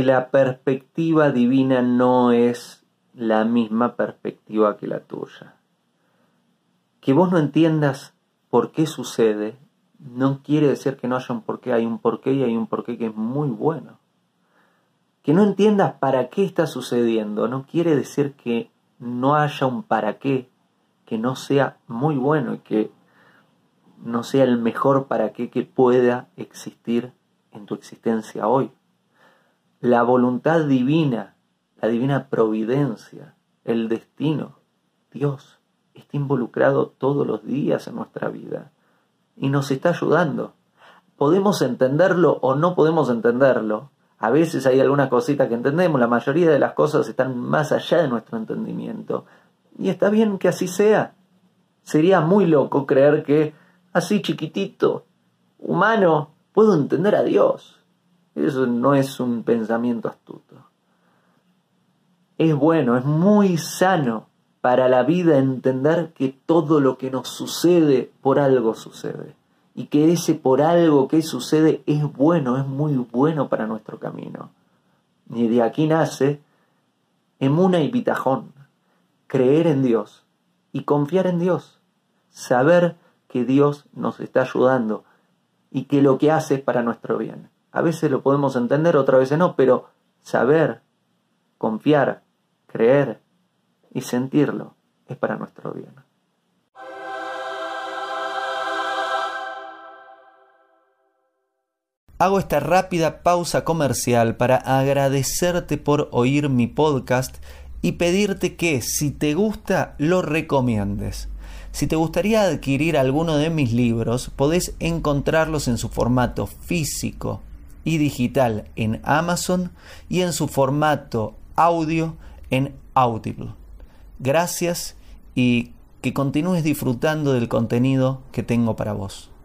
la perspectiva divina no es la misma perspectiva que la tuya. Que vos no entiendas por qué sucede no quiere decir que no haya un porqué. Hay un porqué y hay un porqué que es muy bueno. Que no entiendas para qué está sucediendo no quiere decir que no haya un para qué que no sea muy bueno y que no sea el mejor para qué que pueda existir en tu existencia hoy. La voluntad divina, la divina providencia, el destino, Dios, está involucrado todos los días en nuestra vida y nos está ayudando. Podemos entenderlo o no podemos entenderlo. A veces hay algunas cositas que entendemos, la mayoría de las cosas están más allá de nuestro entendimiento. Y está bien que así sea. Sería muy loco creer que así chiquitito, humano, puedo entender a Dios. Eso no es un pensamiento astuto. Es bueno, es muy sano para la vida entender que todo lo que nos sucede por algo sucede. Y que ese por algo que sucede es bueno, es muy bueno para nuestro camino. Y de aquí nace emuna y bitajón, creer en Dios y confiar en Dios. Saber que Dios nos está ayudando y que lo que hace es para nuestro bien. A veces lo podemos entender, otras veces no, pero saber, confiar, creer y sentirlo es para nuestro bien. Hago esta rápida pausa comercial para agradecerte por oír mi podcast y pedirte que, si te gusta, lo recomiendes. Si te gustaría adquirir alguno de mis libros, podés encontrarlos en su formato físico y digital en Amazon y en su formato audio en Audible. Gracias y que continúes disfrutando del contenido que tengo para vos.